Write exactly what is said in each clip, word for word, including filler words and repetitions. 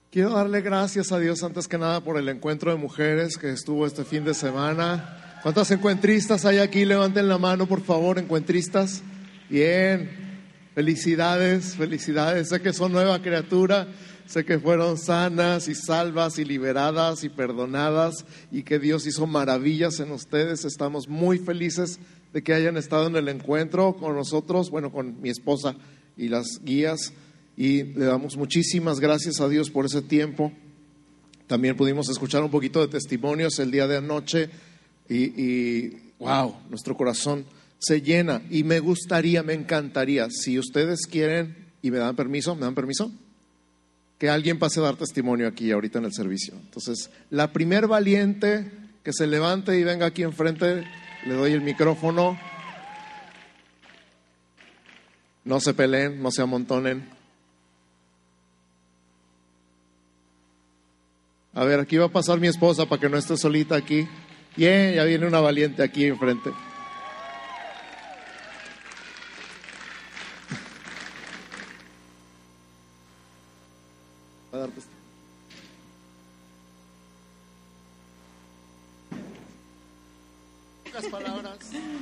Quiero darle gracias a Dios antes que nada por el encuentro de mujeres que estuvo este fin de semana. ¿Cuántas encuentristas hay aquí? Levanten la mano, por favor, encuentristas. Bien, felicidades, felicidades. Sé que son nueva criatura, sé que fueron sanas y salvas y liberadas y perdonadas y que Dios hizo maravillas en ustedes. Estamos muy felices de que hayan estado en el encuentro con nosotros, bueno, con mi esposa y las guías. Y le damos muchísimas gracias a Dios por ese tiempo. También pudimos escuchar un poquito de testimonios el día de anoche y, y wow, nuestro corazón se llena. Y me gustaría, me encantaría, si ustedes quieren y me dan permiso, ¿me dan permiso? Que alguien pase a dar testimonio aquí ahorita en el servicio. Entonces, la primer valiente que se levante y venga aquí enfrente, le doy el micrófono. No se peleen, no se amontonen. A ver, aquí va a pasar mi esposa para que no esté solita aquí. Bien, ya viene una valiente aquí enfrente. Va a dar testimonio. Pocas palabras.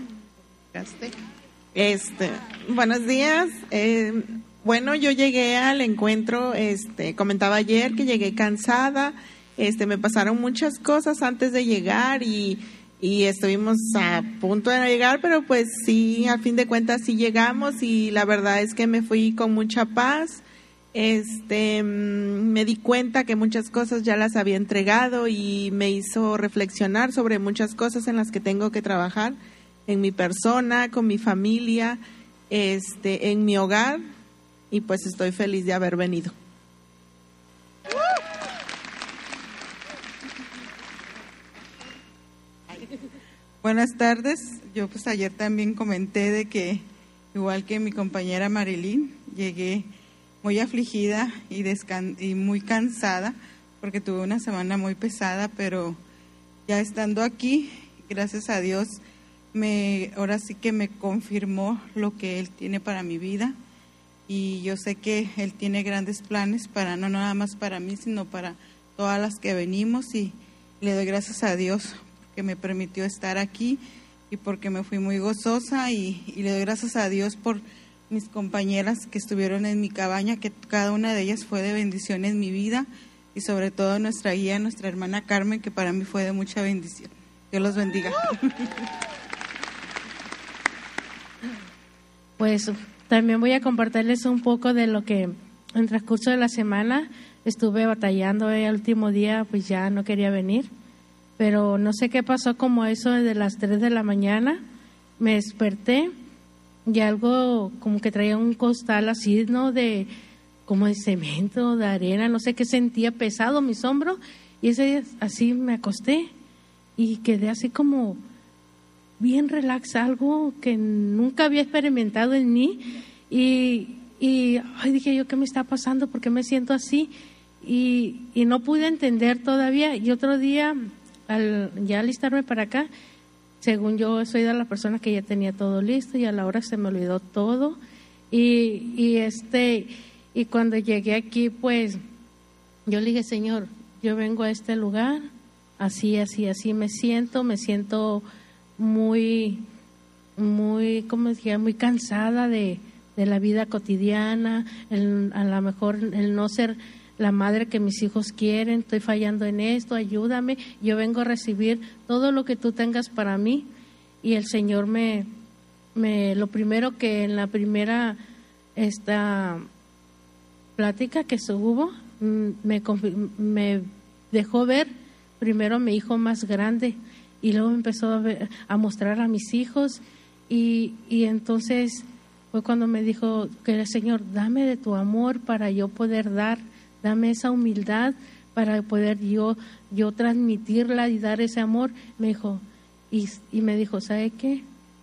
Este, buenos días. Eh, bueno, yo llegué al encuentro, este, comentaba ayer que llegué cansada. Este, me pasaron muchas cosas antes de llegar y, y estuvimos a punto de no llegar, pero pues sí, a fin de cuentas sí llegamos y la verdad es que me fui con mucha paz. Este, me di cuenta que muchas cosas ya las había entregado y me hizo reflexionar sobre muchas cosas en las que tengo que trabajar en mi persona, con mi familia, este, en mi hogar, y pues estoy feliz de haber venido. Buenas tardes. Yo pues ayer también comenté de que, igual que mi compañera Marilyn, llegué muy afligida y, descan- y muy cansada porque tuve una semana muy pesada, pero ya estando aquí, gracias a Dios, me ahora sí que me confirmó lo que Él tiene para mi vida y yo sé que Él tiene grandes planes para no nada más para mí, sino para todas las que venimos y le doy gracias a Dios que me permitió estar aquí y porque me fui muy gozosa y, y le doy gracias a Dios por mis compañeras que estuvieron en mi cabaña, que cada una de ellas fue de bendición en mi vida y sobre todo nuestra guía, nuestra hermana Carmen, que para mí fue de mucha bendición. Dios los bendiga. Pues también voy a compartirles un poco de lo que en el transcurso de la semana estuve batallando. El último día pues ya no quería venir. Pero no sé qué pasó, como eso de las tres de la mañana, me desperté y algo como que traía un costal así, ¿no? De, como de cemento, de arena, no sé qué sentía pesado mis hombros y ese día así me acosté y quedé así como bien relax, algo que nunca había experimentado en mí y, y ay, dije yo, ¿qué me está pasando? ¿Por qué me siento así? Y, y no pude entender todavía y otro día... Al ya alistarme para acá, según yo soy de la persona que ya tenía todo listo y a la hora se me olvidó todo y, y este y cuando llegué aquí pues yo le dije, Señor, yo vengo a este lugar así, así, así me siento, me siento muy, muy, ¿cómo decía? Muy cansada de, de la vida cotidiana, el, a lo mejor el no ser la madre que mis hijos quieren, estoy fallando en esto, ayúdame, yo vengo a recibir todo lo que tú tengas para mí. Y el Señor me, me lo primero que en la primera esta plática que se hubo, me, me dejó ver primero a mi hijo más grande y luego me empezó a, ver, a mostrar a mis hijos y, y entonces fue cuando me dijo que el Señor, dame de tu amor para yo poder dar. Dame esa humildad para poder yo yo transmitirla y dar ese amor. Me dijo, y, y me dijo, ¿sabe qué?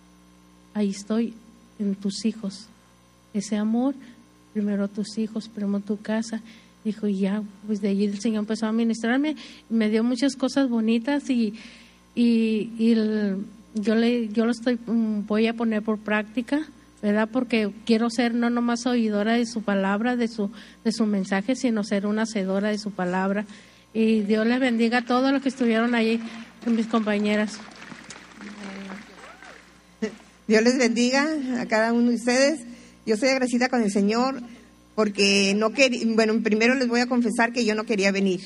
Ahí estoy en tus hijos. Ese amor, primero a tus hijos, primero tu casa. Dijo, y ya, pues de allí el Señor empezó a ministrarme, me dio muchas cosas bonitas y, y, y el, yo le yo lo estoy voy a poner por práctica, ¿verdad? Porque quiero ser no nomás oidora de su palabra, de su, de su mensaje, sino ser una hacedora de su palabra. Y Dios les bendiga a todos los que estuvieron ahí, mis compañeras. Dios les bendiga a cada uno de ustedes. Yo soy agradecida con el Señor porque no quería, bueno, primero les voy a confesar que yo no quería venir.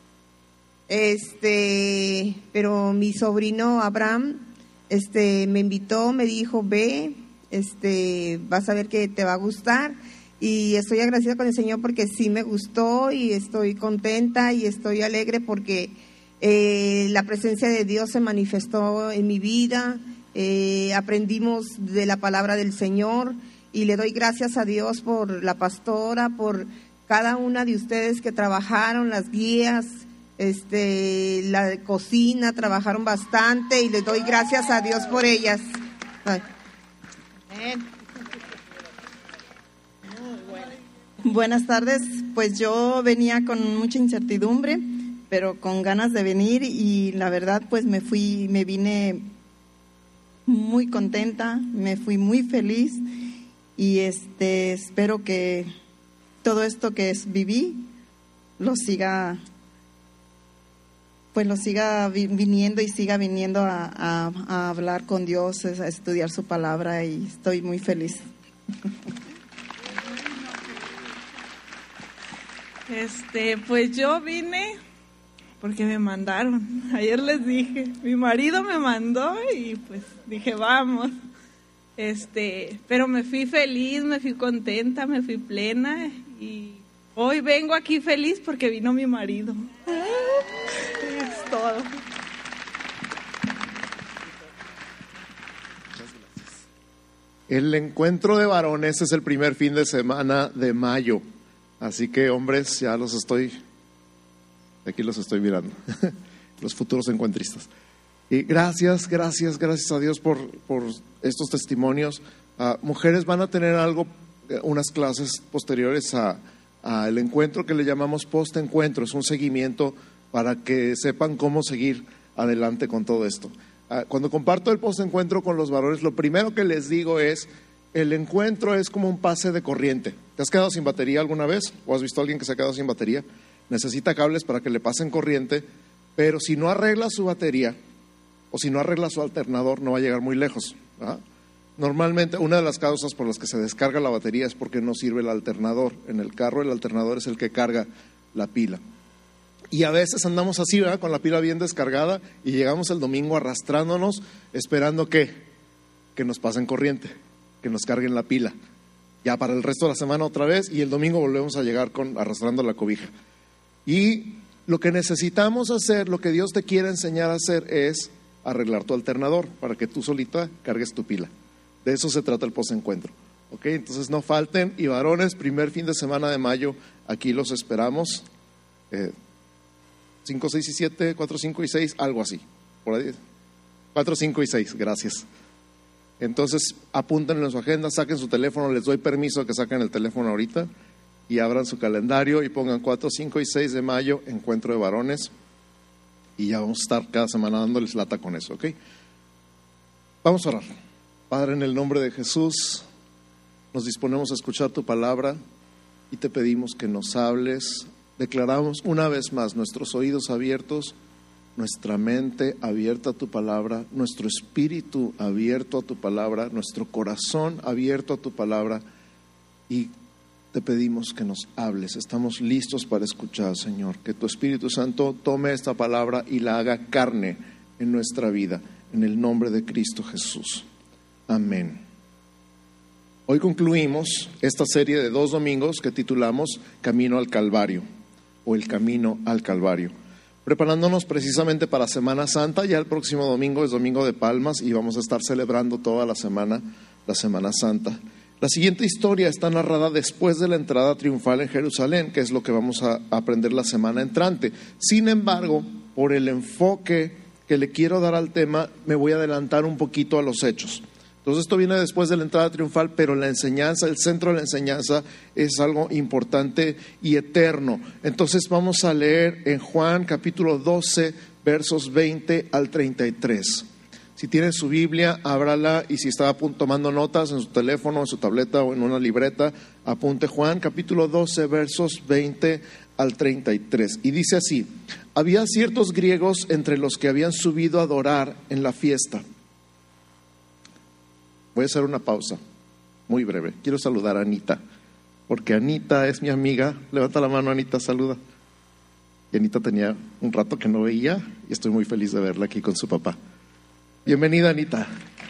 Este, pero mi sobrino Abraham, este, me invitó, me dijo, ve, este, vas a ver que te va a gustar. Y estoy agradecida con el Señor porque sí me gustó y estoy contenta y estoy alegre porque eh, la presencia de Dios se manifestó en mi vida. Eh, aprendimos de la palabra del Señor y le doy gracias a Dios por la pastora, por cada una de ustedes que trabajaron, las guías, este, la cocina, trabajaron bastante y les doy gracias a Dios por ellas. Ay. Buenas tardes, pues yo venía con mucha incertidumbre, pero con ganas de venir y la verdad pues me fui, me vine muy contenta, me fui muy feliz y este espero que todo esto que es, viví lo siga, pues lo siga viniendo y siga viniendo a, a, a hablar con Dios, a estudiar su palabra y estoy muy feliz. Este, pues yo vine porque me mandaron. Ayer les dije, mi marido me mandó y pues dije, vamos. Este, pero me fui feliz, me fui contenta, me fui plena y hoy vengo aquí feliz porque vino mi marido. Es todo. El encuentro de varones es el primer fin de semana de mayo. Así que, hombres, ya los estoy, aquí los estoy mirando, los futuros encuentristas. Y gracias, gracias, gracias a Dios por, por estos testimonios. Uh, mujeres van a tener algo, unas clases posteriores a, a el encuentro que le llamamos post-encuentro. Es un seguimiento para que sepan cómo seguir adelante con todo esto. Uh, cuando comparto el post-encuentro con los varones, lo primero que les digo es, el encuentro es como un pase de corriente. ¿Te has quedado sin batería alguna vez? ¿O has visto a alguien que se ha quedado sin batería? Necesita cables para que le pasen corriente, pero si no arregla su batería o si no arregla su alternador, no va a llegar muy lejos, ¿verdad? Normalmente, una de las causas por las que se descarga la batería es porque no sirve el alternador. En el carro, el alternador es el que carga la pila. Y a veces andamos así, ¿verdad? Con la pila bien descargada y llegamos el domingo arrastrándonos, esperando que, que nos pasen corriente, que nos carguen la pila, ya para el resto de la semana otra vez, y el domingo volvemos a llegar con arrastrando la cobija. Y lo que necesitamos hacer, lo que Dios te quiere enseñar a hacer es arreglar tu alternador para que tú solita cargues tu pila. De eso se trata el postencuentro. ¿Ok? Entonces no falten, y varones, primer fin de semana de mayo, aquí los esperamos. Eh, cinco, seis y siete, cuatro, cinco y seis, algo así, por ahí. cuatro, cinco y seis, gracias. Entonces, apúntenlo en su agenda, saquen su teléfono, les doy permiso a que saquen el teléfono ahorita y abran su calendario y pongan cuatro, cinco y seis de mayo, encuentro de varones, y ya vamos a estar cada semana dándoles lata con eso, ¿ok? Vamos a orar. Padre, en el nombre de Jesús, nos disponemos a escuchar tu palabra y te pedimos que nos hables. Declaramos una vez más nuestros oídos abiertos, nuestra mente abierta a tu palabra, nuestro espíritu abierto a tu palabra, nuestro corazón abierto a tu palabra, y te pedimos que nos hables. Estamos listos para escuchar, Señor, que tu Espíritu Santo tome esta palabra y la haga carne en nuestra vida, en el nombre de Cristo Jesús. Amén. Hoy concluimos esta serie de dos domingos que titulamos Camino al Calvario, o El Camino al Calvario, preparándonos precisamente para Semana Santa. Ya el próximo domingo es Domingo de Palmas y vamos a estar celebrando toda la semana, la Semana Santa. La siguiente historia está narrada después de la entrada triunfal en Jerusalén, que es lo que vamos a aprender la semana entrante. Sin embargo, por el enfoque que le quiero dar al tema, me voy a adelantar un poquito a los hechos. Entonces esto viene después de la entrada triunfal, pero la enseñanza, el centro de la enseñanza es algo importante y eterno. Entonces vamos a leer en Juan capítulo doce, versos veinte al treinta y tres. Si tiene su Biblia, ábrala, y si está tomando notas en su teléfono, en su tableta o en una libreta, apunte Juan capítulo doce, versos veinte al treinta y tres. Y dice así: había ciertos griegos entre los que habían subido a adorar en la fiesta. Voy a hacer una pausa muy breve. Quiero saludar a Anita, porque Anita es mi amiga. Levanta la mano, Anita, saluda. Y Anita tenía un rato que no veía y estoy muy feliz de verla aquí con su papá. Bienvenida, Anita.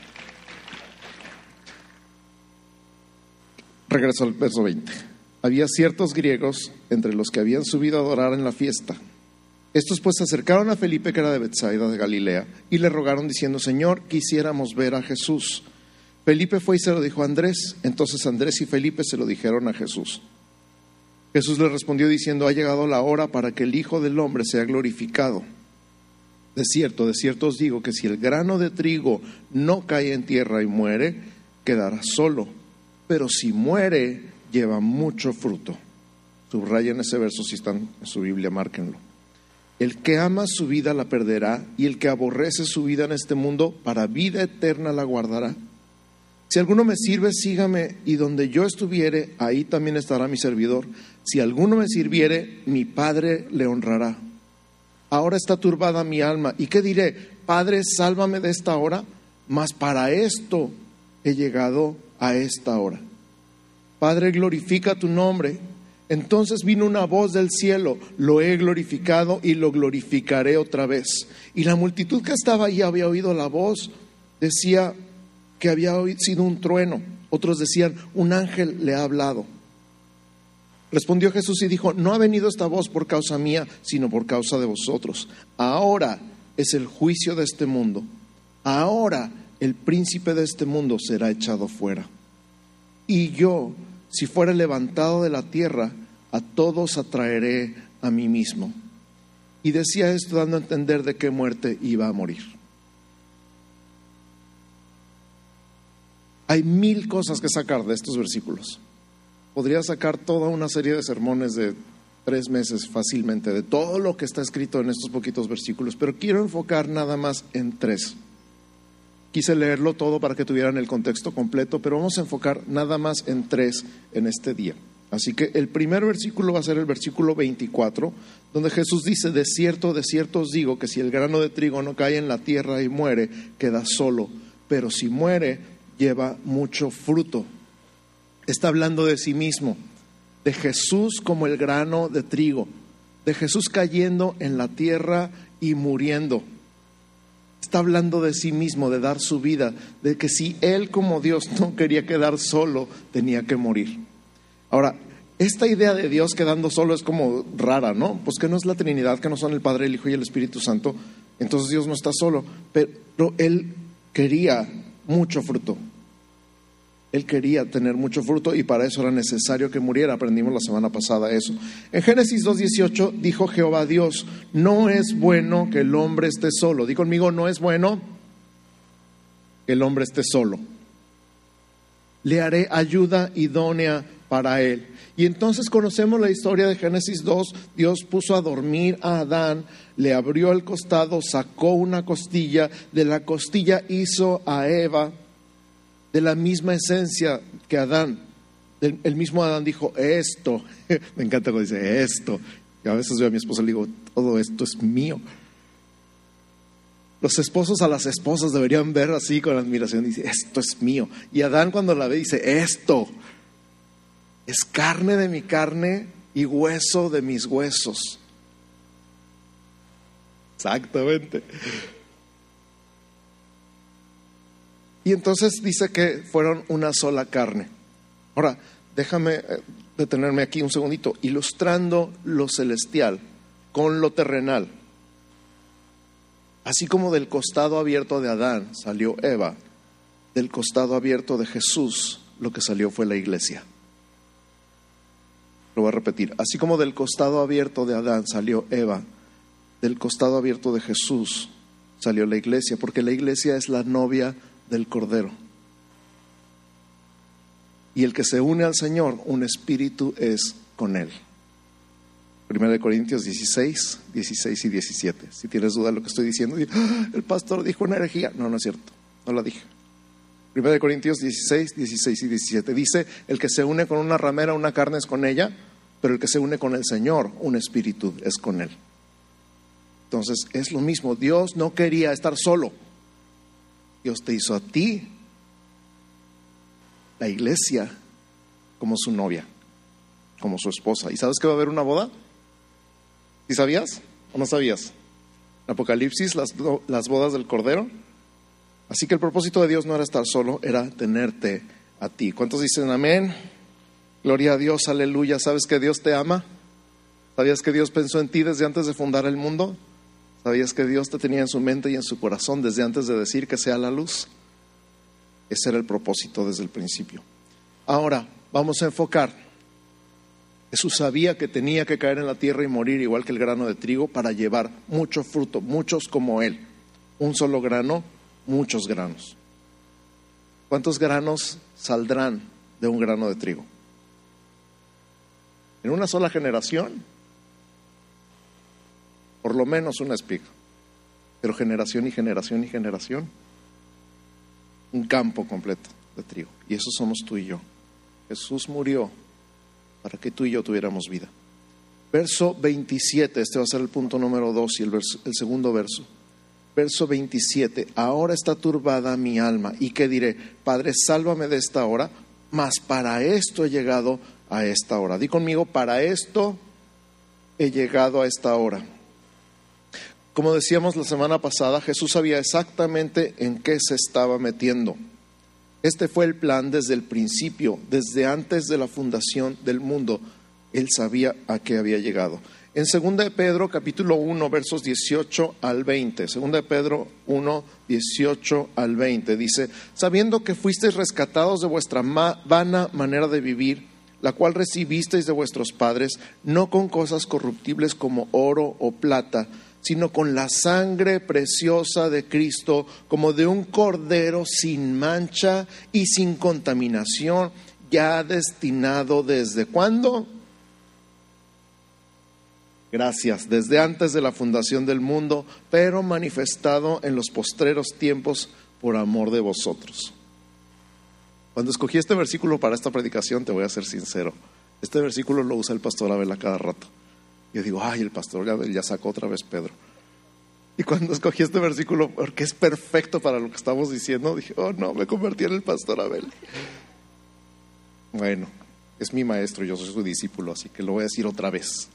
Regreso al verso veinte. Había ciertos griegos entre los que habían subido a adorar en la fiesta. Estos pues se acercaron a Felipe, que era de Betsaida de Galilea, y le rogaron diciendo: Señor, quisiéramos ver a Jesús. Felipe fue y se lo dijo a Andrés. Entonces Andrés y Felipe se lo dijeron a Jesús. Jesús le respondió diciendo: ha llegado la hora para que el Hijo del Hombre sea glorificado. De cierto, de cierto os digo que si el grano de trigo no cae en tierra y muere, quedará solo. Pero si muere, lleva mucho fruto. Subrayen ese verso si están en su Biblia, márquenlo. El que ama su vida la perderá, y el que aborrece su vida en este mundo, para vida eterna la guardará. Si alguno me sirve, sígame, y donde yo estuviere, ahí también estará mi servidor. Si alguno me sirviere, mi Padre le honrará. Ahora está turbada mi alma, ¿y qué diré? Padre, sálvame de esta hora, mas para esto he llegado a esta hora. Padre, glorifica tu nombre. Entonces vino una voz del cielo: lo he glorificado y lo glorificaré otra vez. Y la multitud que estaba allí había oído la voz, decía que había sido un trueno. Otros decían: un ángel le ha hablado. Respondió Jesús y dijo: no ha venido esta voz por causa mía, sino por causa de vosotros. Ahora es el juicio de este mundo. Ahora el príncipe de este mundo será echado fuera. Y yo, si fuera levantado de la tierra, a todos atraeré a mí mismo. Y decía esto dando a entender de qué muerte iba a morir. Hay mil cosas que sacar de estos versículos. Podría sacar toda una serie de sermones de tres meses fácilmente, de todo lo que está escrito en estos poquitos versículos, pero quiero enfocar nada más en tres. Quise leerlo todo para que tuvieran el contexto completo, pero vamos a enfocar nada más en tres en este día. Así que el primer versículo va a ser el versículo veinticuatro, donde Jesús dice: de cierto, de cierto os digo que si el grano de trigo no cae en la tierra y muere, queda solo, pero si muere, lleva mucho fruto. Está hablando de sí mismo, de Jesús como el grano de trigo, de Jesús cayendo en la tierra y muriendo. Está hablando de sí mismo, de dar su vida, de que si Él como Dios no quería quedar solo, tenía que morir. Ahora, esta idea de Dios quedando solo es como rara, ¿no? Pues que no es la Trinidad, que no son el Padre, el Hijo y el Espíritu Santo, entonces Dios no está solo, pero Él quería mucho fruto. Él quería tener mucho fruto y para eso era necesario que muriera. Aprendimos la semana pasada eso. En Génesis dos dieciocho dijo Jehová Dios: no es bueno que el hombre esté solo. Di conmigo: no es bueno que el hombre esté solo. Le haré ayuda idónea para él. Y entonces conocemos la historia de Génesis dos. Dios puso a dormir a Adán, le abrió el costado, sacó una costilla, de la costilla hizo a Eva, de la misma esencia que Adán. El mismo Adán dijo: esto, me encanta cuando dice esto, y a veces veo a mi esposa y le digo: todo esto es mío. Los esposos a las esposas deberían ver así con admiración, dice: esto es mío. Y Adán, cuando la ve, dice: esto es carne de mi carne y hueso de mis huesos. Exactamente. Y entonces dice que fueron una sola carne. Ahora, déjame detenerme aquí un segundito, ilustrando lo celestial con lo terrenal. Así como del costado abierto de Adán salió Eva, del costado abierto de Jesús lo que salió fue la iglesia. Lo voy a repetir. Así como del costado abierto de Adán salió Eva, del costado abierto de Jesús salió la iglesia, porque la iglesia es la novia del Cordero. Y el que se une al Señor, un espíritu es con Él. Primera de Corintios dieciséis, dieciséis y diecisiete. Si tienes duda de lo que estoy diciendo, ¡ah! El pastor dijo una herejía. No, no es cierto, no la dije. Primera de Corintios dieciséis, dieciséis y diecisiete. Dice, el que se une con una ramera, una carne es con ella, pero el que se une con el Señor, un espíritu es con él. Entonces es lo mismo, Dios no quería estar solo. Dios te hizo a ti, la iglesia, como su novia, como su esposa. ¿Y sabes que va a haber una boda? ¿Sí sabías o no sabías? Apocalipsis, las, las bodas del Cordero. Así que el propósito de Dios no era estar solo, era tenerte a ti. ¿Cuántos dicen amén? Gloria a Dios, aleluya. ¿Sabes que Dios te ama? ¿Sabías que Dios pensó en ti desde antes de fundar el mundo? ¿Sabías que Dios te tenía en su mente y en su corazón desde antes de decir que sea la luz? Ese era el propósito desde el principio. Ahora, vamos a enfocar. Jesús sabía que tenía que caer en la tierra y morir igual que el grano de trigo para llevar mucho fruto, muchos como Él. Un solo grano, muchos granos. ¿Cuántos granos saldrán de un grano de trigo? En una sola generación, por lo menos una espiga, pero generación y generación y generación, un campo completo de trigo. Y eso somos tú y yo. Jesús murió para que tú y yo tuviéramos vida. Verso veintisiete, este va a ser el punto número dos y el, verso, el segundo verso. Verso veintisiete, ahora está turbada mi alma, ¿y qué diré? Padre, sálvame de esta hora, mas para esto he llegado a esta hora. Di conmigo, para esto he llegado a esta hora. Como decíamos la semana pasada, Jesús sabía exactamente en qué se estaba metiendo. Este fue el plan desde el principio, desde antes de la fundación del mundo. Él sabía a qué había llegado. En segunda de Pedro, capítulo uno, versos dieciocho al veinte. segunda de Pedro uno, dieciocho al veinte. Dice, sabiendo que fuisteis rescatados de vuestra ma- vana manera de vivir, la cual recibisteis de vuestros padres, no con cosas corruptibles como oro o plata, sino con la sangre preciosa de Cristo, como de un cordero sin mancha y sin contaminación, ya destinado desde ¿cuándo? Gracias, desde antes de la fundación del mundo, pero manifestado en los postreros tiempos por amor de vosotros. Cuando escogí este versículo para esta predicación, te voy a ser sincero, este versículo lo usa el pastor Abel a cada rato. Yo digo, ay, el pastor Abel ya sacó otra vez Pedro. Y cuando escogí este versículo, porque es perfecto para lo que estamos diciendo, dije, oh no, me convertí en el pastor Abel. Bueno, es mi maestro, yo soy su discípulo, así que lo voy a decir otra vez.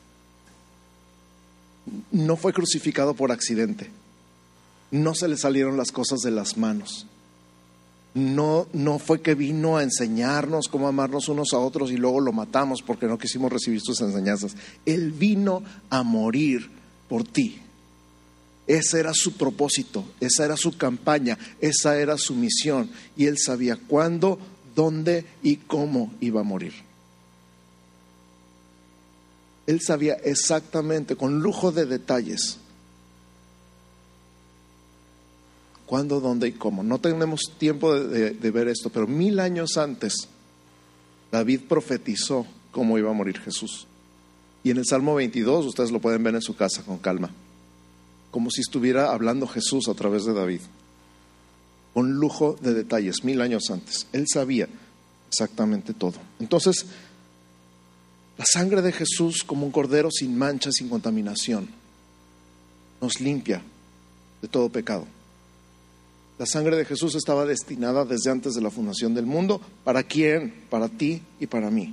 No fue crucificado por accidente. No se le salieron las cosas de las manos. No, no fue que vino a enseñarnos cómo amarnos unos a otros y luego lo matamos porque no quisimos recibir sus enseñanzas. Él vino a morir por ti. Ese era su propósito, esa era su campaña, esa era su misión. Y Él sabía cuándo, dónde y cómo iba a morir. Él sabía exactamente, con lujo de detalles, cuándo, dónde y cómo. No tenemos tiempo de, de, de ver esto, pero mil años antes, David profetizó cómo iba a morir Jesús. Y en el Salmo veintidós, ustedes lo pueden ver en su casa con calma, como si estuviera hablando Jesús a través de David, con lujo de detalles, mil años antes. Él sabía exactamente todo. Entonces, la sangre de Jesús, como un cordero sin mancha, sin contaminación, nos limpia de todo pecado. La sangre de Jesús estaba destinada desde antes de la fundación del mundo. ¿Para quién? Para ti y para mí.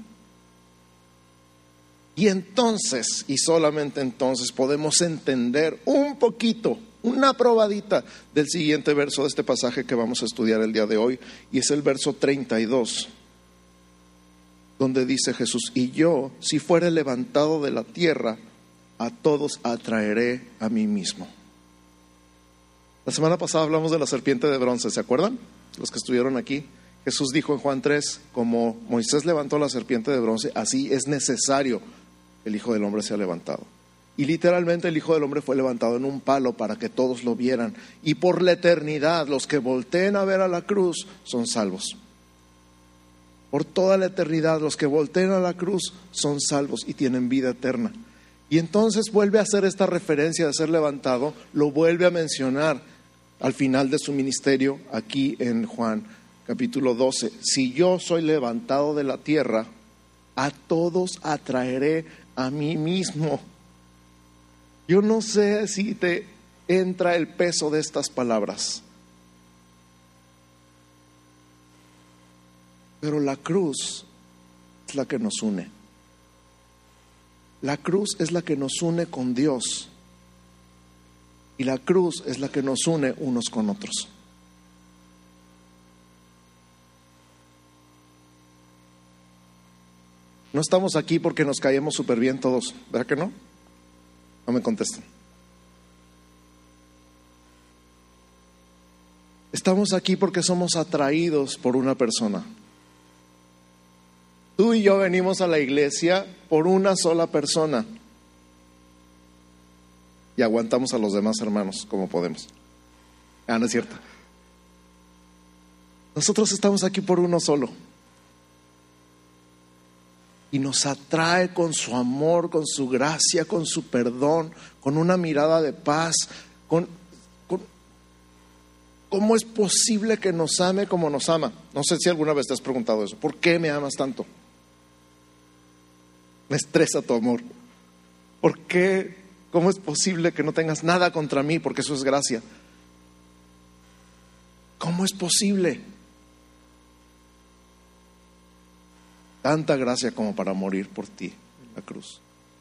Y entonces, y solamente entonces, podemos entender un poquito, una probadita del siguiente verso de este pasaje que vamos a estudiar el día de hoy, y es el verso treinta y dos, donde dice Jesús, y yo, si fuere levantado de la tierra, a todos atraeré a mí mismo. La semana pasada hablamos de la serpiente de bronce, ¿se acuerdan? Los que estuvieron aquí. Jesús dijo en Juan tres, como Moisés levantó la serpiente de bronce, así es necesario que el Hijo del Hombre sea levantado. Y literalmente el Hijo del Hombre fue levantado en un palo para que todos lo vieran. Y por la eternidad, los que volteen a ver a la cruz son salvos. Por toda la eternidad, los que volteen a la cruz son salvos y tienen vida eterna. Y entonces vuelve a hacer esta referencia de ser levantado, lo vuelve a mencionar al final de su ministerio aquí en Juan capítulo doce. Si yo soy levantado de la tierra, a todos atraeré a mí mismo. Yo no sé si te entra el peso de estas palabras, pero la cruz es la que nos une. La cruz es la que nos une con Dios y la cruz es la que nos une unos con otros. No estamos aquí porque nos caemos súper bien todos, ¿verdad que no? No me contestan. Estamos aquí porque somos atraídos por una persona. Tú y yo venimos a la iglesia por una sola persona y aguantamos a los demás hermanos como podemos. Ah, no es cierto. Nosotros estamos aquí por uno solo y nos atrae con su amor, con su gracia, con su perdón, con una mirada de paz, con, con ¿cómo es posible que nos ame como nos ama? No sé si alguna vez te has preguntado eso. ¿Por qué me amas tanto? Me estresa tu amor. ¿Por qué? ¿Cómo es posible que no tengas nada contra mí? Porque eso es gracia. ¿Cómo es posible? Tanta gracia como para morir por ti en la cruz.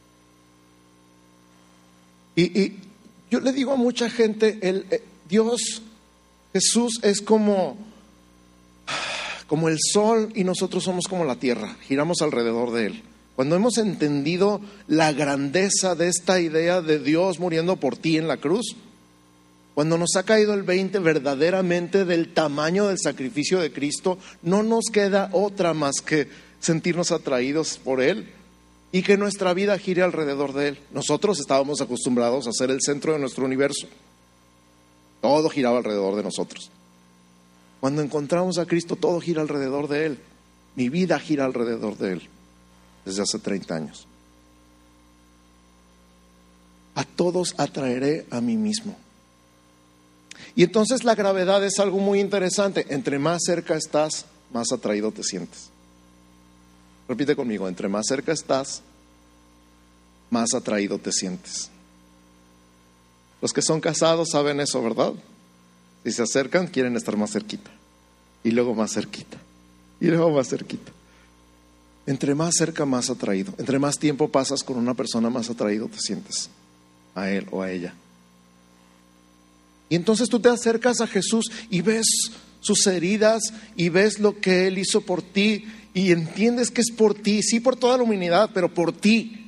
Y, y yo le digo a mucha gente, el, eh, Dios, Jesús es como, como el sol y nosotros somos como la tierra, giramos alrededor de Él. Cuando hemos entendido la grandeza de esta idea de Dios muriendo por ti en la cruz, cuando nos ha caído el veinte verdaderamente del tamaño del sacrificio de Cristo, no nos queda otra más que sentirnos atraídos por Él y que nuestra vida gire alrededor de Él. Nosotros estábamos acostumbrados a ser el centro de nuestro universo. Todo giraba alrededor de nosotros. Cuando encontramos a Cristo, todo gira alrededor de Él. Mi vida gira alrededor de Él. Desde hace treinta años. A todos atraeré a mí mismo. Y entonces la gravedad es algo muy interesante. Entre más cerca estás, más atraído te sientes. Repite conmigo, entre más cerca estás, más atraído te sientes. Los que son casados saben eso, ¿verdad? Si se acercan, quieren estar más cerquita. Y luego más cerquita. Y luego más cerquita. Entre más cerca, más atraído. Entre más tiempo pasas con una persona, más atraído te sientes a él o a ella. Y entonces tú te acercas a Jesús y ves sus heridas y ves lo que Él hizo por ti y entiendes que es por ti, sí por toda la humanidad, pero por ti.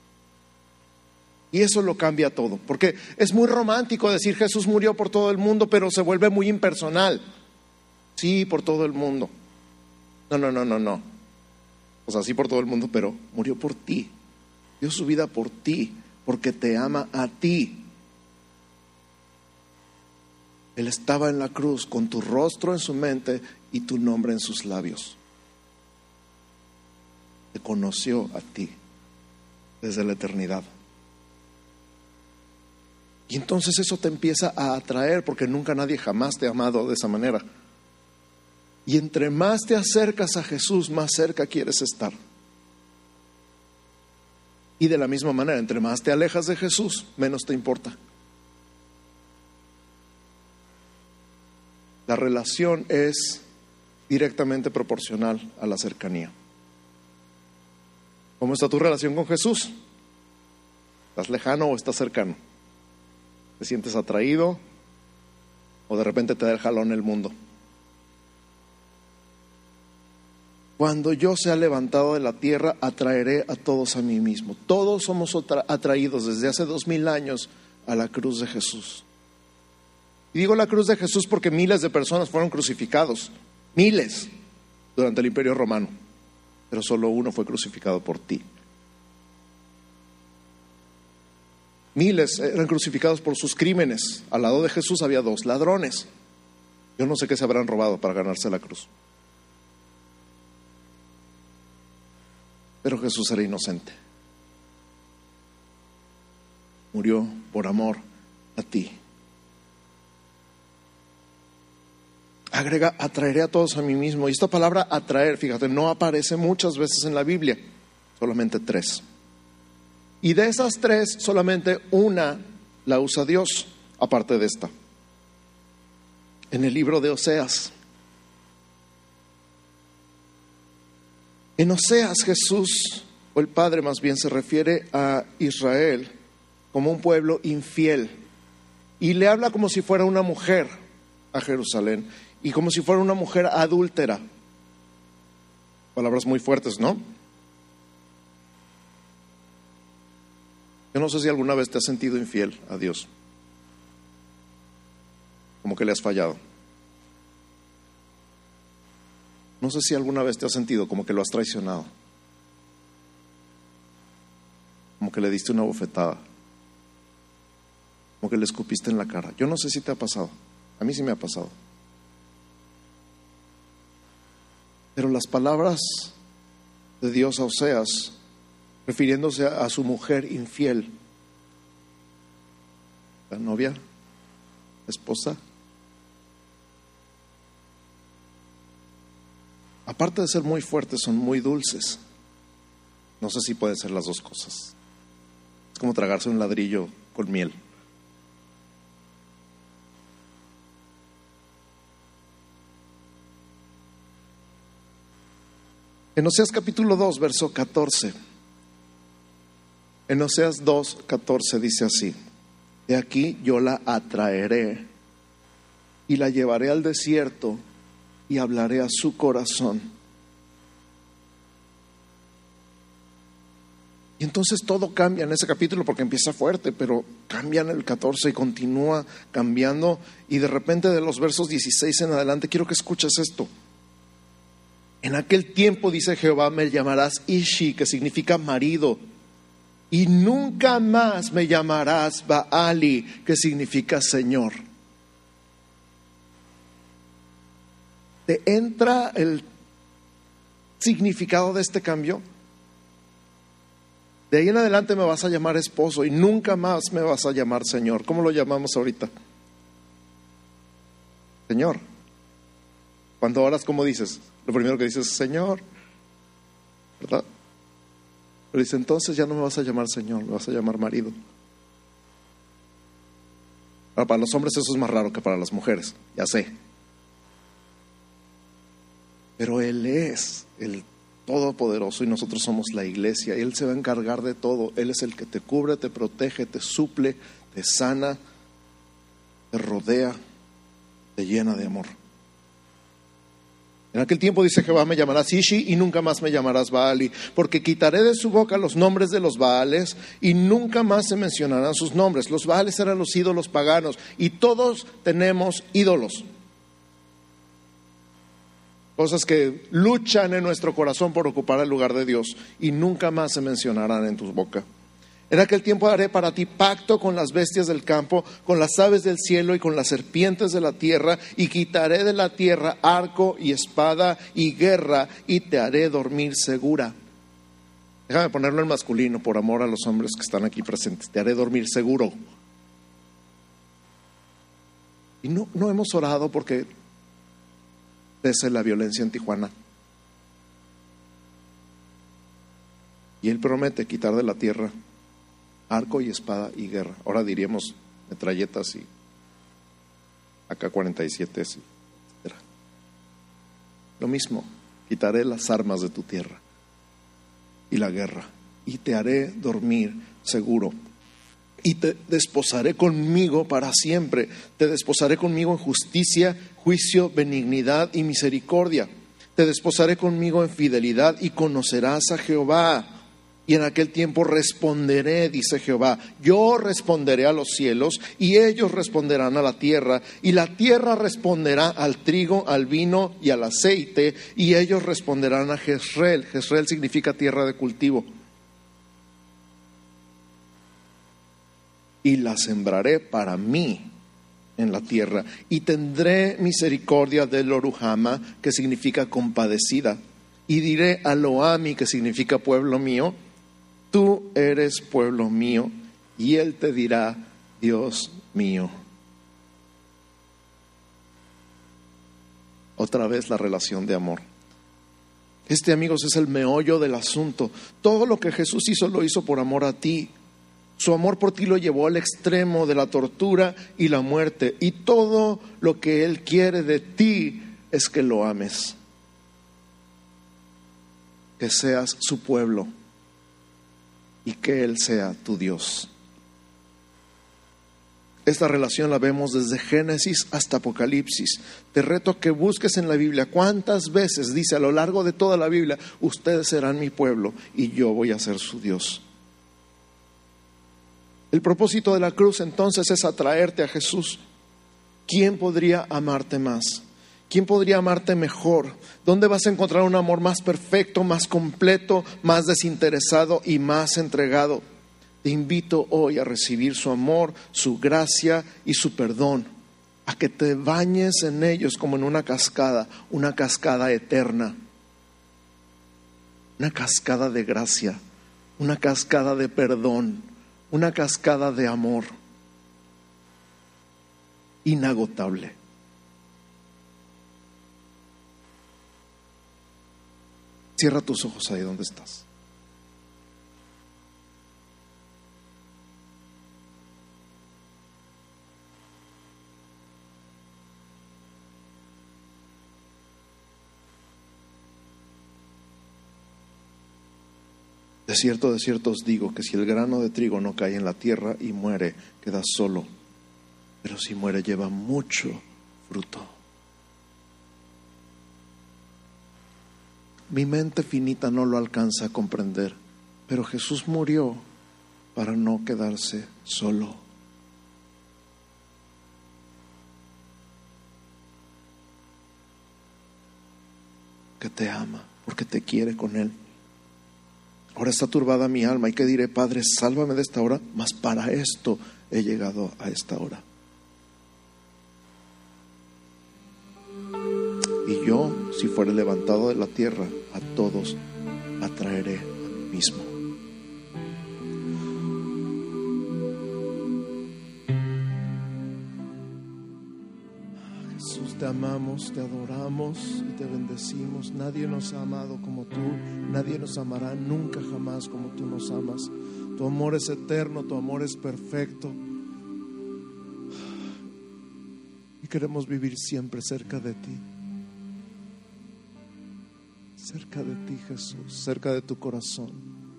Y eso lo cambia todo, porque es muy romántico decir Jesús murió por todo el mundo, pero se vuelve muy impersonal. Sí, por todo el mundo. No, no, no, no, no. O sea, sí por todo el mundo, pero murió por ti. Dio su vida por ti, porque te ama a ti. Él estaba en la cruz con tu rostro en su mente y tu nombre en sus labios. Te conoció a ti desde la eternidad. Y entonces eso te empieza a atraer, porque nunca nadie jamás te ha amado de esa manera. Y entre más te acercas a Jesús, más cerca quieres estar. Y de la misma manera, entre más te alejas de Jesús, menos te importa. La relación es directamente proporcional a la cercanía. ¿Cómo está tu relación con Jesús? ¿Estás lejano o estás cercano? ¿Te sientes atraído o de repente te da el jalón el mundo? Cuando yo sea levantado de la tierra, atraeré a todos a mí mismo. Todos somos atraídos desde hace dos mil años a la cruz de Jesús. Y digo la cruz de Jesús porque miles de personas fueron crucificados, miles, durante el Imperio Romano, pero solo uno fue crucificado por ti. Miles eran crucificados por sus crímenes. Al lado de Jesús había dos ladrones. Yo no sé qué se habrán robado para ganarse la cruz. Pero Jesús era inocente. murió por amor a ti. Agrega, atraeré a todos a mí mismo. Y esta palabra atraer, fíjate, no aparece muchas veces en la Biblia, solamente tres. Y de esas tres, solamente una la usa Dios, aparte de esta. En el libro de Oseas. En Oseas, Jesús, o el Padre más bien, se refiere a Israel como un pueblo infiel. Y le habla como si fuera una mujer a Jerusalén. Y como si fuera una mujer adúltera. Palabras muy fuertes, ¿no? Yo no sé si alguna vez te has sentido infiel a Dios. Como que le has fallado. No sé si alguna vez te has sentido como que lo has traicionado. Como que le diste una bofetada. Como que le escupiste en la cara. Yo no sé si te ha pasado. A mí sí me ha pasado. Pero las palabras de Dios a Oseas, refiriéndose a, a su mujer infiel, la novia, la esposa, aparte de ser muy fuertes, son muy dulces. No sé si pueden ser las dos cosas. Es como tragarse un ladrillo con miel. En Oseas capítulo dos, verso catorce. En Oseas dos, catorce dice así: de aquí yo la atraeré y la llevaré al desierto y hablaré a su corazón. Y entonces todo cambia en ese capítulo porque empieza fuerte, pero cambia en el catorce y continúa cambiando. Y de repente de los versos dieciséis en adelante, quiero que escuches esto. En aquel tiempo, dice Jehová, me llamarás Ishi, que significa marido, y nunca más me llamarás Baali, que significa Señor. ¿Te entra el significado de este cambio? De ahí en adelante me vas a llamar esposo y nunca más me vas a llamar Señor. ¿Cómo lo llamamos ahorita? Señor. Cuando oras, ¿cómo dices? Lo primero que dices es Señor, ¿verdad? Pero dice, entonces ya no me vas a llamar Señor, me vas a llamar marido. Ahora, para los hombres eso es más raro que para las mujeres, ya sé. Pero Él es el Todopoderoso y nosotros somos la iglesia. Él se va a encargar de todo. Él es el que te cubre, te protege, te suple, te sana, te rodea, te llena de amor. En aquel tiempo, dice Jehová, me llamarás Ishi y nunca más me llamarás Baali, porque quitaré de su boca los nombres de los Baales y nunca más se mencionarán sus nombres. Los Baales eran los ídolos paganos y todos tenemos ídolos. Cosas que luchan en nuestro corazón por ocupar el lugar de Dios y nunca más se mencionarán en tu boca. En aquel tiempo haré para ti pacto con las bestias del campo, con las aves del cielo y con las serpientes de la tierra, y quitaré de la tierra arco y espada y guerra, y te haré dormir segura. Déjame ponerlo en masculino por amor a los hombres que están aquí presentes. Te haré dormir seguro. Y no, no hemos orado porque cese la violencia en Tijuana. Y Él promete quitar de la tierra arco y espada y guerra. Ahora diríamos metralletas y A K cuarenta y siete, etcétera. Lo mismo, quitaré las armas de tu tierra y la guerra, y te haré dormir seguro. Y te desposaré conmigo para siempre. Te desposaré conmigo en justicia, juicio, benignidad y misericordia. Te desposaré conmigo en fidelidad y conocerás a Jehová. Y en aquel tiempo responderé, dice Jehová, yo responderé a los cielos y ellos responderán a la tierra, y la tierra responderá al trigo, al vino y al aceite, y ellos responderán a Jezreel. Jezreel significa tierra de cultivo. Y la sembraré para mí en la tierra, y tendré misericordia de Lo-ruhama, que significa compadecida, y diré a Lo-ami, que significa pueblo mío, tú eres pueblo mío, y Él te dirá, Dios mío. Otra vez la relación de amor. Este, amigos, es el meollo del asunto. Todo lo que Jesús hizo, lo hizo por amor a ti. Su amor por ti lo llevó al extremo de la tortura y la muerte. Y todo lo que Él quiere de ti es que lo ames. Que seas su pueblo y que Él sea tu Dios. Esta relación la vemos desde Génesis hasta Apocalipsis. Te reto que busques en la Biblia cuántas veces dice a lo largo de toda la Biblia, ustedes serán mi pueblo y yo voy a ser su Dios. El propósito de la cruz entonces es atraerte a Jesús. ¿Quién podría amarte más? ¿Quién podría amarte mejor? ¿Dónde vas a encontrar un amor más perfecto, más completo, más desinteresado y más entregado? Te invito hoy a recibir su amor, su gracia y su perdón, a que te bañes en ellos como en una cascada, una cascada eterna, una cascada de gracia, una cascada de perdón, una cascada de amor inagotable. Cierra tus ojos ahí donde estás. De cierto, de cierto os digo que si el grano de trigo no cae en la tierra y muere, queda solo, pero si muere lleva mucho fruto. Mi mente finita no lo alcanza a comprender, pero Jesús murió para no quedarse solo. Que te ama, porque te quiere con Él. Ahora está turbada mi alma, ¿y qué diré? Padre, sálvame de esta hora, mas para esto he llegado a esta hora. Y yo, si fuere levantado de la tierra, a todos atraeré a mí mismo. Jesús, te amamos, te adoramos y te bendecimos. Nadie nos ha amado como tú, nadie nos amará nunca jamás como tú nos amas. Tu amor es eterno, tu amor es perfecto. Y queremos vivir siempre cerca de ti. Cerca de ti, Jesús, cerca de tu corazón.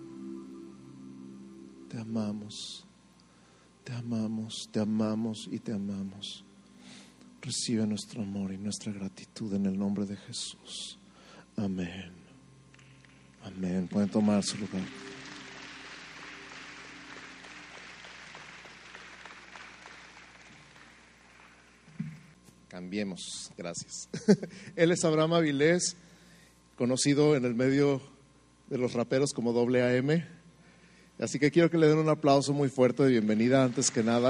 Te amamos, te amamos, te amamos y te amamos. Recibe nuestro amor y nuestra gratitud en el nombre de Jesús. Amén. Amén. Pueden tomar su lugar. Cambiemos. Gracias. Él es Abraham Avilés, conocido en el medio de los raperos como doble A M. Así que quiero que le den un aplauso muy fuerte de bienvenida antes que nada.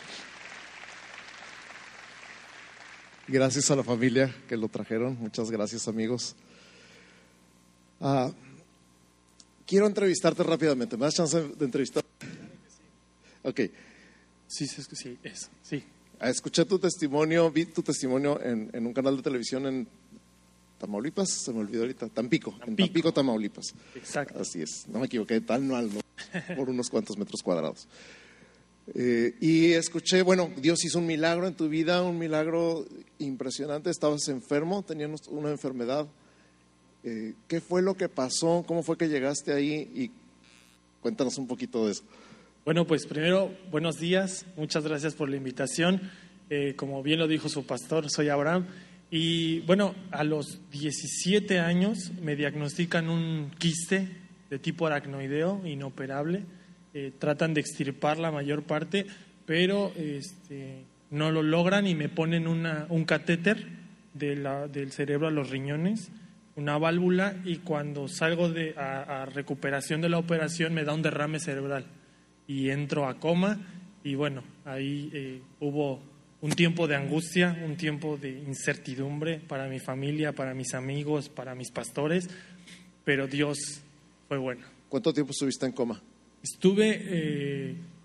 Gracias a la familia que lo trajeron. Muchas gracias, amigos. Uh, quiero entrevistarte rápidamente. ¿Me das chance de entrevistar? Ok. Sí, sí, sí, eso, sí. Escuché tu testimonio, vi tu testimonio en, en un canal de televisión en Tamaulipas, se me olvidó ahorita, Tampico, Tampico. en Tampico, Tamaulipas. Exacto. Así es, no me equivoqué, tal no, no por unos cuantos metros cuadrados. Eh, y escuché, bueno, Dios hizo un milagro en tu vida, un milagro impresionante. Estabas enfermo, tenías una enfermedad. Eh, ¿Qué fue lo que pasó? ¿Cómo fue que llegaste ahí? Y cuéntanos un poquito de eso. Bueno, pues primero, buenos días, muchas gracias por la invitación. Eh, como bien lo dijo su pastor, soy Abraham. Y bueno, a los diecisiete años me diagnostican un quiste de tipo aracnoideo inoperable. Eh, tratan de extirpar la mayor parte, pero este, no lo logran y me ponen una, un catéter de la, del cerebro a los riñones, una válvula, y cuando salgo de, a, a recuperación de la operación me da un derrame cerebral y entro a coma. Y bueno, ahí eh, hubo un tiempo de angustia, un tiempo de incertidumbre para mi familia, para mis amigos, para mis pastores, pero Dios fue bueno. ¿Cuánto tiempo estuviste en coma? Estuve eh,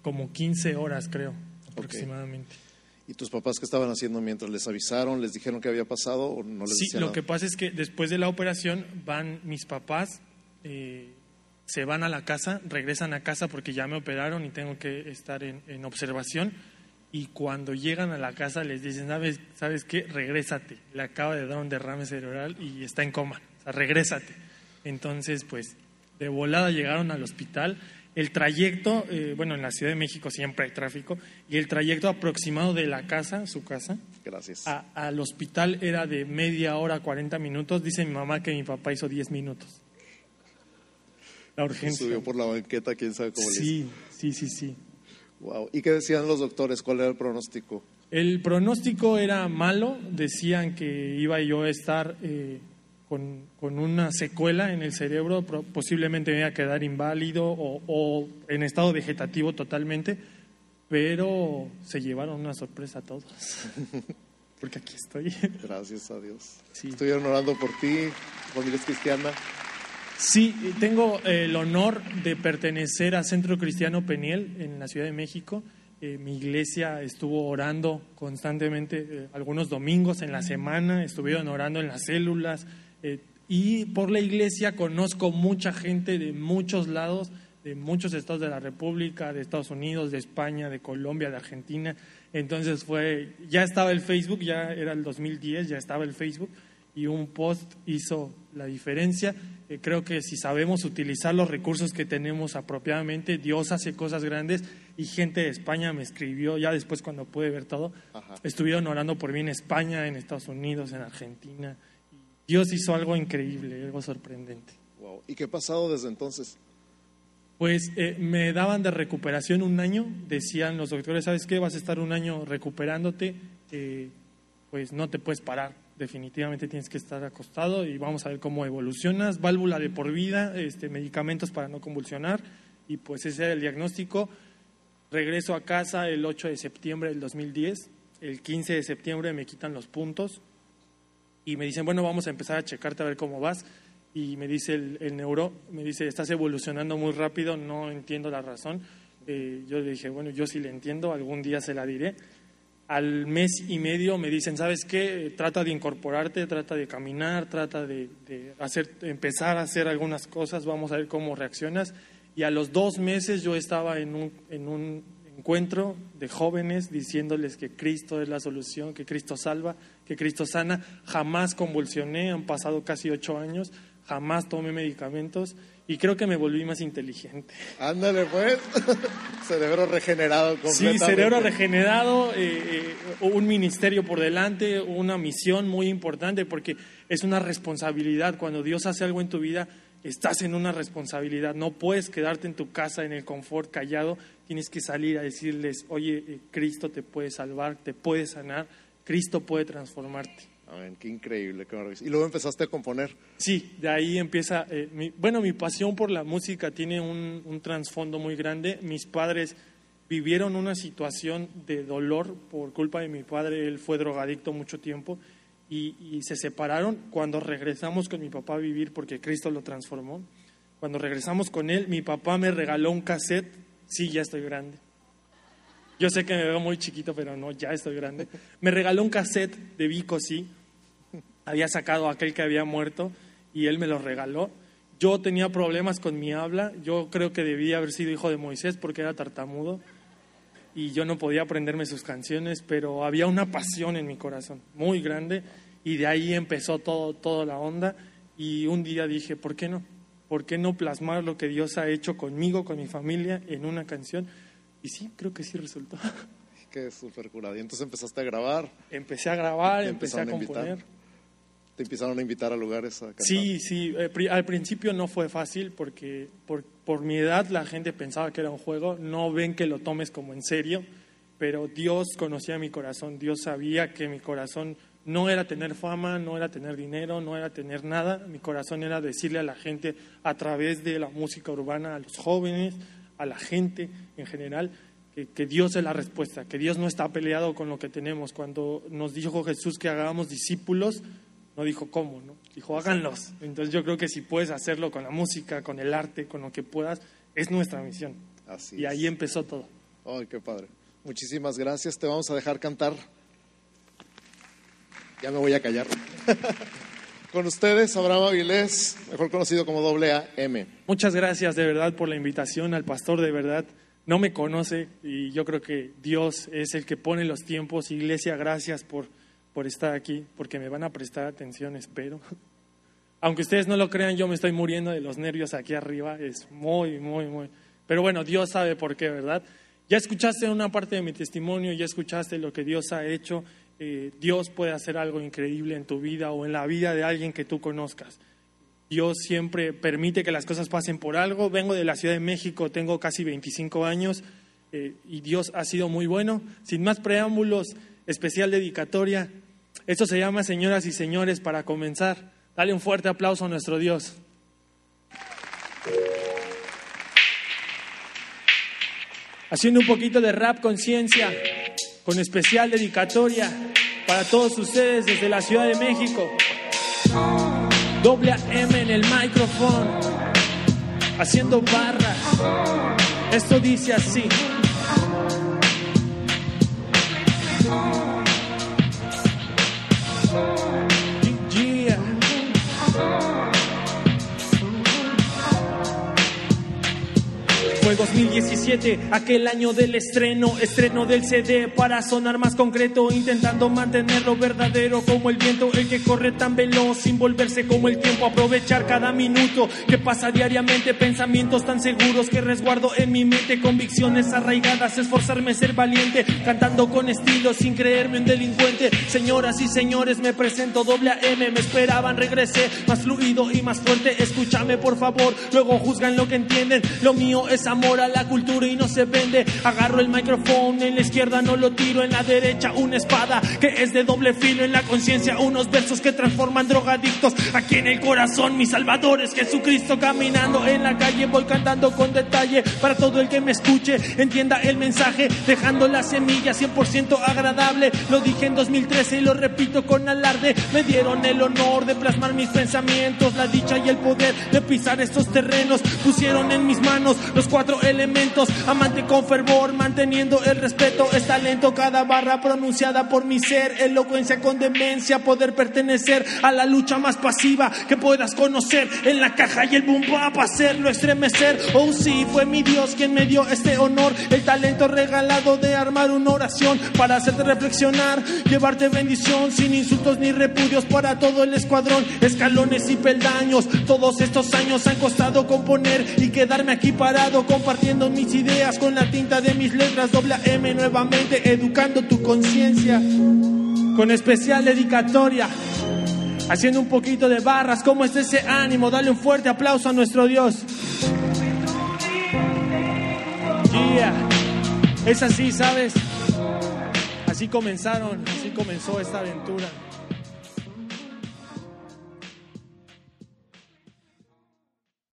como quince horas, creo, aproximadamente. Okay. ¿Y tus papás qué estaban haciendo mientras? ¿Les avisaron, les dijeron qué había pasado o no les Sí, decían lo nada? que pasa es que después de la operación van mis papás, eh, se van a la casa, regresan a casa porque ya me operaron y tengo que estar en, en observación. Y cuando llegan a la casa les dicen, ¿sabes, ¿sabes qué? Regrésate, le acaba de dar un derrame cerebral y está en coma, o sea, regrésate. Entonces, pues, de volada llegaron al hospital. El trayecto, eh, bueno, en la Ciudad de México siempre hay tráfico, y el trayecto aproximado de la casa, su casa, Gracias. a, al hospital era de media hora, cuarenta minutos. Dice mi mamá que mi papá hizo diez minutos. La urgencia. Subió por la banqueta, quién sabe cómo le hizo. Sí, sí, sí, sí. Wow. ¿Y qué decían los doctores? ¿Cuál era el pronóstico? El pronóstico era malo. Decían que iba yo a estar eh, con, con una secuela en el cerebro, posiblemente me iba a quedar inválido o, o en estado vegetativo totalmente, pero se llevaron una sorpresa a todos, porque aquí estoy. Gracias a Dios. Sí. Estuvieron orando por ti, familia es cristiana. Sí, tengo el honor de pertenecer a Centro Cristiano Peniel en la Ciudad de México. Eh, mi iglesia estuvo orando constantemente, eh, algunos domingos en la semana, estuvieron orando en las células, eh, y por la iglesia conozco mucha gente de muchos lados, de muchos estados de la República, de Estados Unidos, de España, de Colombia, de Argentina. Entonces fue, ya estaba el Facebook, ya era el dos mil diez, ya estaba el Facebook, y un post hizo la diferencia. Eh, creo que si sabemos utilizar los recursos que tenemos apropiadamente, Dios hace cosas grandes. Y gente de España me escribió, ya después cuando pude ver todo, Ajá. estuvieron orando por mí en España, en Estados Unidos, en Argentina. Dios hizo algo increíble, algo sorprendente. Wow. ¿Y qué ha pasado desde entonces? Pues eh, me daban de recuperación un año, decían los doctores, ¿sabes qué? Vas a estar un año recuperándote, eh, pues no te puedes parar, definitivamente tienes que estar acostado y vamos a ver cómo evolucionas, válvula de por vida, este, medicamentos para no convulsionar, y pues ese era el diagnóstico. Regreso a casa el ocho de septiembre del dos mil diez, el quince de septiembre me quitan los puntos y me dicen, bueno, vamos a empezar a checarte a ver cómo vas. Y me dice el, el neuro, me dice, estás evolucionando muy rápido, no entiendo la razón. Eh, yo le dije, bueno, yo sí le entiendo, algún día se la diré. Al mes y medio me dicen, ¿sabes qué? Trata de incorporarte, trata de caminar, trata de, de hacer, empezar a hacer algunas cosas, vamos a ver cómo reaccionas. Y a los dos meses yo estaba en un, en un encuentro de jóvenes diciéndoles que Cristo es la solución, que Cristo salva, que Cristo sana. Jamás convulsioné, han pasado casi ocho años. Jamás tomé medicamentos y creo que me volví más inteligente. Ándale, pues. Cerebro regenerado completamente. Sí, cerebro regenerado, eh, eh, un ministerio por delante, una misión muy importante porque es una responsabilidad. Cuando Dios hace algo en tu vida, estás en una responsabilidad. No puedes quedarte en tu casa, en el confort, callado. Tienes que salir a decirles, oye, eh, Cristo te puede salvar, te puede sanar, Cristo puede transformarte. Amén, qué increíble, qué maravilla. Y luego empezaste a componer. Sí, de ahí empieza, eh, mi, bueno, mi pasión por la música tiene un, un trasfondo muy grande. Mis padres vivieron una situación de dolor por culpa de mi padre, él fue drogadicto mucho tiempo y, y se separaron. Cuando regresamos con mi papá a vivir, porque Cristo lo transformó, cuando regresamos con él, mi papá me regaló un cassette, sí, ya estoy grande. Yo sé que me veo muy chiquito, pero no, ya estoy grande. Me regaló un cassette de Vico, sí. Había sacado aquel que había muerto y él me lo regaló. Yo tenía problemas con mi habla. Yo creo que debía haber sido hijo de Moisés porque era tartamudo y yo no podía aprenderme sus canciones, pero había una pasión en mi corazón muy grande y de ahí empezó todo, toda la onda. Y un día dije, ¿por qué no? ¿Por qué no plasmar lo que Dios ha hecho conmigo, con mi familia, en una canción? Y sí, creo que sí resultó. Qué súper curado. Y entonces empezaste a grabar. Empecé a grabar, Te empecé a empezaron a componer. invitar. Te empezaron a invitar a lugares a cantar. Sí, sí. Eh, pri- al principio no fue fácil porque por, por mi edad la gente pensaba que era un juego. No ven que lo tomes como en serio, pero Dios conocía mi corazón. Dios sabía que mi corazón no era tener fama, no era tener dinero, no era tener nada. Mi corazón era decirle a la gente a través de la música urbana, a los jóvenes, a la gente en general, que, que Dios es la respuesta, que Dios no está peleado con lo que tenemos. Cuando nos dijo Jesús que hagamos discípulos, no dijo cómo, ¿no? Dijo háganlos. Entonces yo creo que si puedes hacerlo con la música, con el arte, con lo que puedas, es nuestra misión. Así y ahí es. empezó todo. Ay, qué padre. Muchísimas gracias. Te vamos a dejar cantar. Ya me voy a callar. Con ustedes, Abraham Avilés, mejor conocido como doble A M. Muchas gracias de verdad por la invitación. Al pastor de verdad no me conoce y yo creo que Dios es el que pone los tiempos. Iglesia, gracias por, por estar aquí, porque me van a prestar atención, espero. Aunque ustedes no lo crean, yo me estoy muriendo de los nervios aquí arriba. Es muy, muy, muy... Pero bueno, Dios sabe por qué, ¿verdad? Ya escuchaste una parte de mi testimonio, ya escuchaste lo que Dios ha hecho. Eh, Dios puede hacer algo increíble en tu vida o en la vida de alguien que tú conozcas. Dios siempre permite que las cosas pasen por algo. Vengo de la Ciudad de México, tengo casi veinticinco años eh, y Dios ha sido muy bueno. Sin más preámbulos, especial dedicatoria. Esto se llama Señoras y Señores para comenzar. Dale un fuerte aplauso a nuestro Dios. Haciendo un poquito de rap conciencia, con especial dedicatoria para todos ustedes desde la Ciudad de México. Doble A M en el micrófono, haciendo barras. Esto dice así. Yeah. Fue dos mil diecisiete, aquel año del estreno, estreno del C D para sonar más concreto, intentando mantenerlo verdadero como el viento, el que corre tan veloz sin volverse como el tiempo, aprovechar cada minuto que pasa diariamente, pensamientos tan seguros que resguardo en mi mente, convicciones arraigadas, esforzarme a ser valiente, cantando con estilo sin creerme un delincuente. Señoras y señores, me presento doble A M, me esperaban, regresé más fluido y más fuerte, escúchame por favor, luego juzgan lo que entienden, lo mío es amor a la cultura y no se vende. Agarro el micrófono, en la izquierda no lo tiro, en la derecha una espada que es de doble filo, en la conciencia unos versos que transforman drogadictos, aquí en el corazón mi salvador es Jesucristo. Caminando en la calle voy cantando con detalle para todo el que me escuche, entienda el mensaje, dejando la semilla cien por ciento agradable. Lo dije en dos mil trece y lo repito con alarde, me dieron el honor de plasmar mis pensamientos, la dicha y el poder de pisar estos terrenos, pusieron en mis manos los cuatro elementos, amante con fervor, manteniendo el respeto, es talento cada barra pronunciada por mi ser, elocuencia con demencia, poder pertenecer a la lucha más pasiva que puedas conocer, en la caja y el boom bap hacerlo estremecer. Oh sí, fue mi Dios quien me dio este honor, el talento regalado de armar una oración para hacerte reflexionar, llevarte bendición sin insultos ni repudios para todo el escuadrón, escalones y peldaños, todos estos años han costado componer y quedarme aquí parado compartiendo mis ideas con la tinta de mis letras. Doble A M nuevamente educando tu conciencia, con especial dedicatoria, haciendo un poquito de barras. ¿Cómo es ese ánimo? Dale un fuerte aplauso a nuestro Dios. Yeah. Es así, ¿sabes? Así comenzaron, así comenzó esta aventura.